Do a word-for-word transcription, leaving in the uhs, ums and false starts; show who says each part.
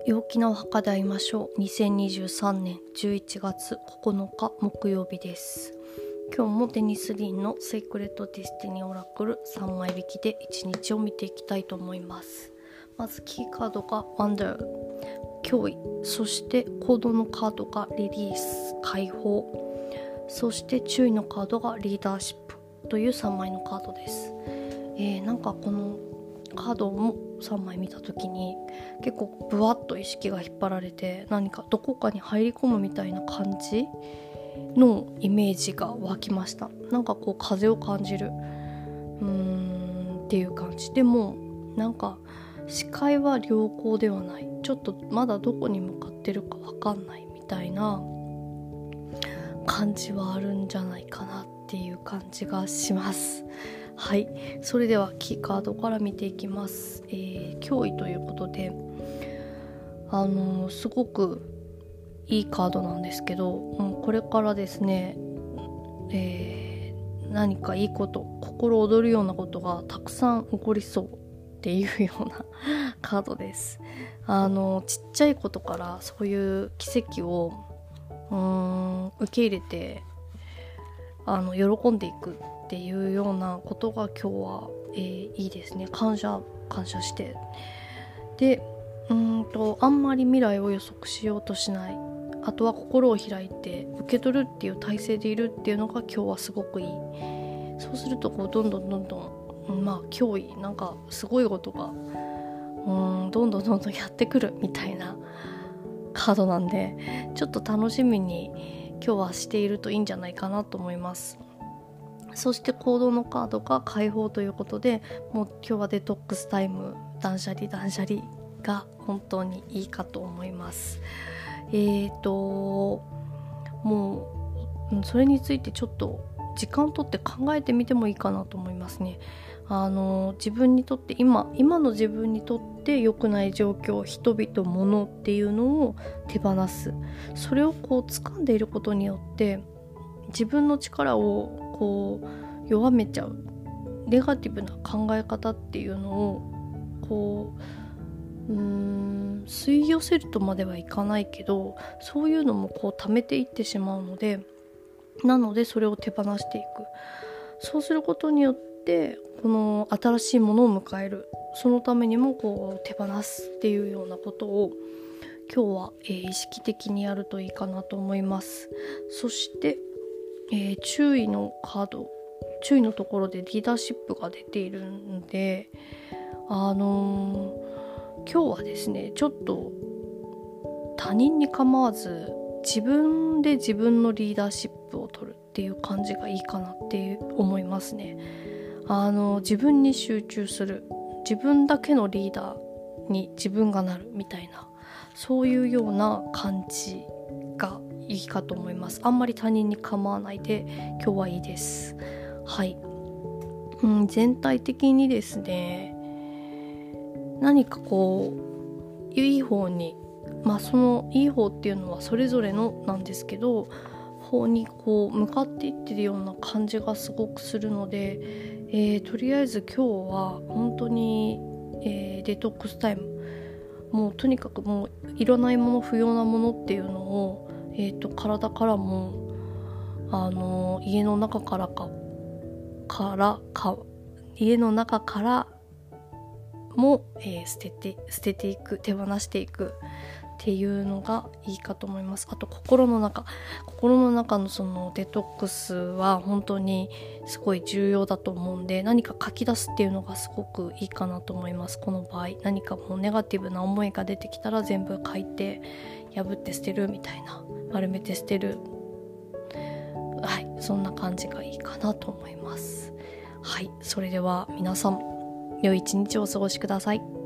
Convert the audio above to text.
Speaker 1: 陽気なお墓で会いましょう。にせんにじゅうさんねんじゅういちがつここのか木曜日です。今日もデニス・リンのセイクレット・ディスティニー・オラクルさんまい引きでいちにちを見ていきたいと思います。まずキーカードがワンダー、脅威、そして行動のカードがリリース、解放、そして注意のカードがリーダーシップというさんまいのカードです。えー、なんかこのカードもさんまい見た時に結構ブワッと意識が引っ張られて、何かどこかに入り込むみたいな感じのイメージが湧きました。なんかこう風を感じるうーんっていう感じでも、なんか視界は良好ではない、ちょっとまだどこに向かってるか分かんないみたいな感じはあるんじゃないかなっていう感じがします。はい、それではキーカードから見ていきます。えー、脅威ということで、あのー、すごくいいカードなんですけど、もうこれからですね、えー、何かいいこと、心躍るようなことがたくさん起こりそうっていうようなカードです。あのー、ちっちゃいことからそういう奇跡をうーん受け入れてあの喜んでいくっていうようなことが今日は、えー、いいですね。感謝感謝してでうーんとあんまり未来を予測しようとしない、あとは心を開いて受け取るっていう体制でいるっていうのが今日はすごくいい。そうするとこうどんどんどんどんまあ脅威、なんかすごいことがうーんどんどんどんどんやってくるみたいなカードなんで、ちょっと楽しみに今日はしているといいんじゃないかなと思います。そして行動のカードが解放ということで、もう今日はデトックスタイム、断捨離断捨離が本当にいいかと思います。えーともうそれについてちょっと時間をとって考えてみてもいいかなと思いますね。あの自分にとって今今の自分にとって良くない状況、人々、物っていうのを手放す。それをこう掴んでいることによって自分の力をこう弱めちゃうネガティブな考え方っていうのをこううーん吸い寄せるとまではいかないけど、そういうのもこう溜めていってしまうので、なのでそれを手放していく。そうすることによってこの新しいものを迎える、そのためにもこう手放すっていうようなことを今日は、えー、意識的にやるといいかなと思います。そして、えー、注意のカード、注意のところでリーダーシップが出ているので、あのー、今日はですね、ちょっと他人に構わず自分で自分のリーダーシップを取るっていう感じがいいかなって思いますね。あの自分に集中する、自分だけのリーダーに自分がなるみたいな、そういうような感じがいいかと思います。あんまり他人に構わないで今日はいいです。はい、うん、全体的にですね、何かこういい方に、まあそのいい方っていうのはそれぞれのなんですけど、方にこう向かっていってるような感じがすごくするので、えー、とりあえず今日は本当に、えー、デトックスタイム、もうとにかくもういらないもの、不要なものっていうのを、えー、と体からも、あのー、家の中からかからか家の中からも、えー、捨てて捨てていく、手放していくっていうのがいいかと思います。あと心の中心の中のそのデトックスは本当にすごい重要だと思うんで、何か書き出すっていうのがすごくいいかなと思います。この場合何かもうネガティブな思いが出てきたら全部書いて破って捨てるみたいな、丸めて捨てる、はい、そんな感じがいいかなと思います。はい、それでは皆さん良い一日をお過ごしください。